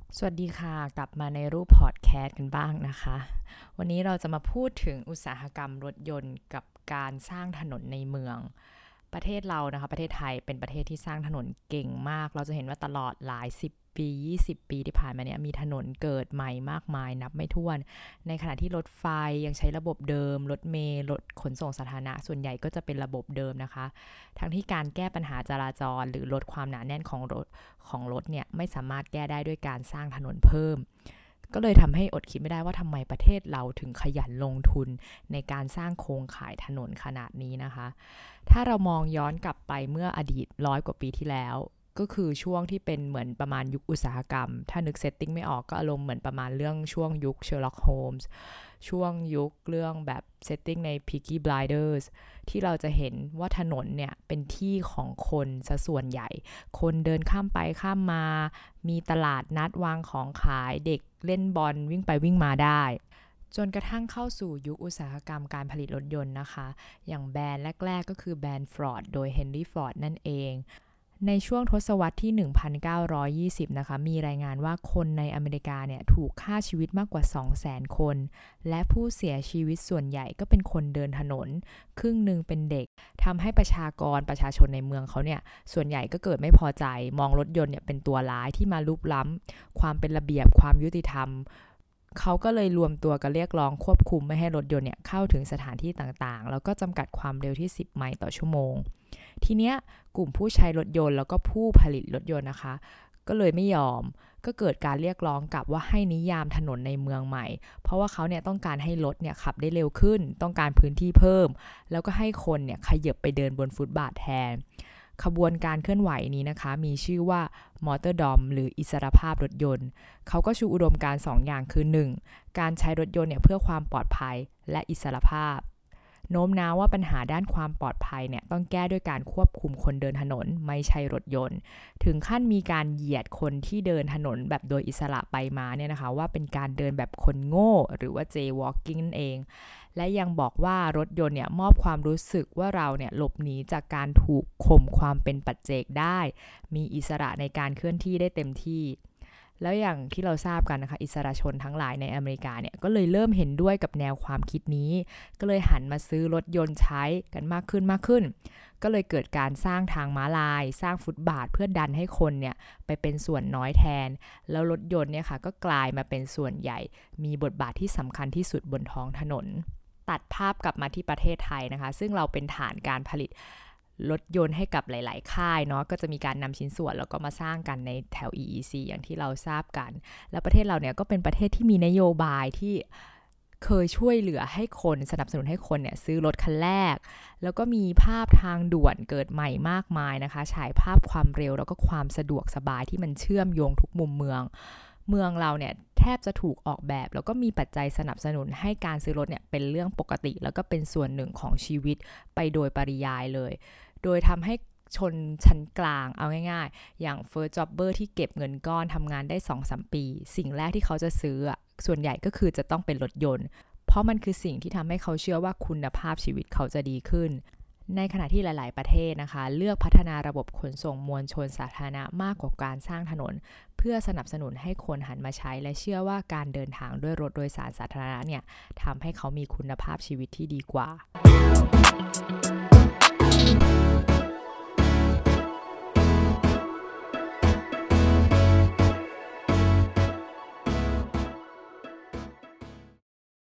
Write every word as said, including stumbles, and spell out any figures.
สวัสดีค่ะกลับมาในรูปพอดแคสต์กันบ้างนะคะวันนี้เราจะมาพูดถึงอุตสาหกรรมรถยนต์กับการสร้างถนนในเมืองประเทศเรานะคะประเทศไทยเป็นประเทศที่สร้างถนนเก่งมากเราจะเห็นว่าตลอดหลายสิบปียี่สิบปีที่ผ่านมาเนี่ยมีถนนเกิดใหม่มากมายนับไม่ถ้วนในขณะที่รถไฟยังใช้ระบบเดิมรถเมล์รถขนส่งสาธารณะส่วนใหญ่ก็จะเป็นระบบเดิมนะคะทั้งที่การแก้ปัญหาจราจรหรือลดความหนาแน่นของรถของรถเนี่ยไม่สามารถแก้ได้ด้วยการสร้างถนนเพิ่มก็เลยทำให้อดคิดไม่ได้ว่าทำไมประเทศเราถึงขยันลงทุนในการสร้างโครงข่ายถนนขนาดนี้นะคะถ้าเรามองย้อนกลับไปเมื่ออดีตร้อยกว่าปีที่แล้วก็คือช่วงที่เป็นเหมือนประมาณยุคอุตสาหกรรมถ้านึกเซตติ้งไม่ออกก็อารมณ์เหมือนประมาณเรื่องช่วงยุค Sherlock Holmes ช่วงยุคเรื่องแบบเซตติ้งใน Peaky Blinders ที่เราจะเห็นว่าถนนเนี่ยเป็นที่ของคนซะส่วนใหญ่คนเดินข้ามไปข้ามมามีตลาดนัดวางของขายเด็กเล่นบอลวิ่งไปวิ่งมาได้จนกระทั่งเข้าสู่ยุคอุตสาหกรรมการผลิตรถยนต์นะคะอย่างแบรนด์แรกๆก็คือแบรนด์ Ford โดย Henry Ford นั่นเองในช่วงทศวรรษที่หนึ่งพันเก้าร้อยยี่สิบนะคะมีรายงานว่าคนในอเมริกาเนี่ยถูกฆ่าชีวิตมากกว่า สองแสน คนและผู้เสียชีวิตส่วนใหญ่ก็เป็นคนเดินถนนครึ่งหนึ่งเป็นเด็กทำให้ประชากรประชาชนในเมืองเขาเนี่ยส่วนใหญ่ก็เกิดไม่พอใจมองรถยนต์เนี่ยเป็นตัวร้ายที่มาลุกล้ำความเป็นระเบียบความยุติธรรมเขาก็เลยรวมตัวกันเรียกร้องควบคุมไม่ให้รถยนต์เนี่ยเข้าถึงสถานที่ต่างๆแล้วก็จำกัดความเร็วที่สิบไมล์ต่อชั่วโมงทีเนี้ยกลุ่มผู้ใช้รถยนต์แล้วก็ผู้ผลิตรถยนต์นะคะก็เลยไม่ยอมก็เกิดการเรียกร้องกลับว่าให้นิยามถนนในเมืองใหม่เพราะว่าเขาเนี่ยต้องการให้รถเนี่ยขับได้เร็วขึ้นต้องการพื้นที่เพิ่มแล้วก็ให้คนเนี่ยขยับไปเดินบนฟุตบาทแทนขบวนการเคลื่อนไหวนี้นะคะมีชื่อว่ามอเตอร์ดอมหรืออิสรภาพรถยนต์เขาก็ชูอุดมการณ์สองอย่างคือหนึ่งการใช้รถยนต์เนี่ยเพื่อความปลอดภัยและอิสรภาพโน้มน้าวว่าปัญหาด้านความปลอดภัยเนี่ยต้องแก้ด้วยการควบคุมคนเดินถนนไม่ใช่รถยนต์ถึงขั้นมีการเหยียดคนที่เดินถนนแบบโดยอิสระไปมาเนี่ยนะคะว่าเป็นการเดินแบบคนโง่หรือว่า jaywalking นั่นเองและยังบอกว่ารถยนต์เนี่ยมอบความรู้สึกว่าเราเนี่ยหลบหนีจากการถูกข่มความเป็นปัจเจกได้มีอิสระในการเคลื่อนที่ได้เต็มที่แล้วอย่างที่เราทราบกันนะคะอิสระชนทั้งหลายในอเมริกาเนี่ยก็เลยเริ่มเห็นด้วยกับแนวความคิดนี้ก็เลยหันมาซื้อรถยนต์ใช้กันมากขึ้นมากขึ้นก็เลยเกิดการสร้างทางม้าลายสร้างฟุตบาทเพื่อดันให้คนเนี่ยไปเป็นส่วนน้อยแทนแล้วรถยนต์เนี่ยค่ะก็กลายมาเป็นส่วนใหญ่มีบทบาทที่สำคัญที่สุดบนท้องถนนตัดภาพกลับมาที่ประเทศไทยนะคะซึ่งเราเป็นฐานการผลิตรถยนต์ให้กับหลายๆค่ายเนาะก็จะมีการนำชิ้นส่วนแล้วก็มาสร้างกันในแถว อี อี ซี อย่างที่เราทราบกันแล้วประเทศเราเนี่ยก็เป็นประเทศที่มีนโยบายที่เคยช่วยเหลือให้คนสนับสนุนให้คนเนี่ยซื้อรถคันแรกแล้วก็มีภาพทางด่วนเกิดใหม่มากมายนะคะฉายภาพความเร็วแล้วก็ความสะดวกสบายที่มันเชื่อมโยงทุกมุมเมืองเมืองเราเนี่ยแทบจะถูกออกแบบแล้วก็มีปัจจัยสนับสนุนให้การซื้อรถเนี่ยเป็นเรื่องปกติแล้วก็เป็นส่วนหนึ่งของชีวิตไปโดยปริยายเลยโดยทำให้ชนชั้นกลางเอาง่ายๆอย่าง first jobber ที่เก็บเงินก้อนทำงานได้ สองถึงสาม ปีสิ่งแรกที่เขาจะซื้อส่วนใหญ่ก็คือจะต้องเป็นรถยนต์เพราะมันคือสิ่งที่ทำให้เขาเชื่อว่าคุณภาพชีวิตเขาจะดีขึ้นในขณะที่หลายๆประเทศนะคะเลือกพัฒนาระบบขนส่งมวลชนสาธารณะมากกว่าการสร้างถนนเพื่อสนับสนุนให้คนหันมาใช้และเชื่อว่าการเดินทางด้วยรถโดยสารสาธารณะเนี่ยทำให้เขามีคุณภาพชีวิตที่ดีกว่า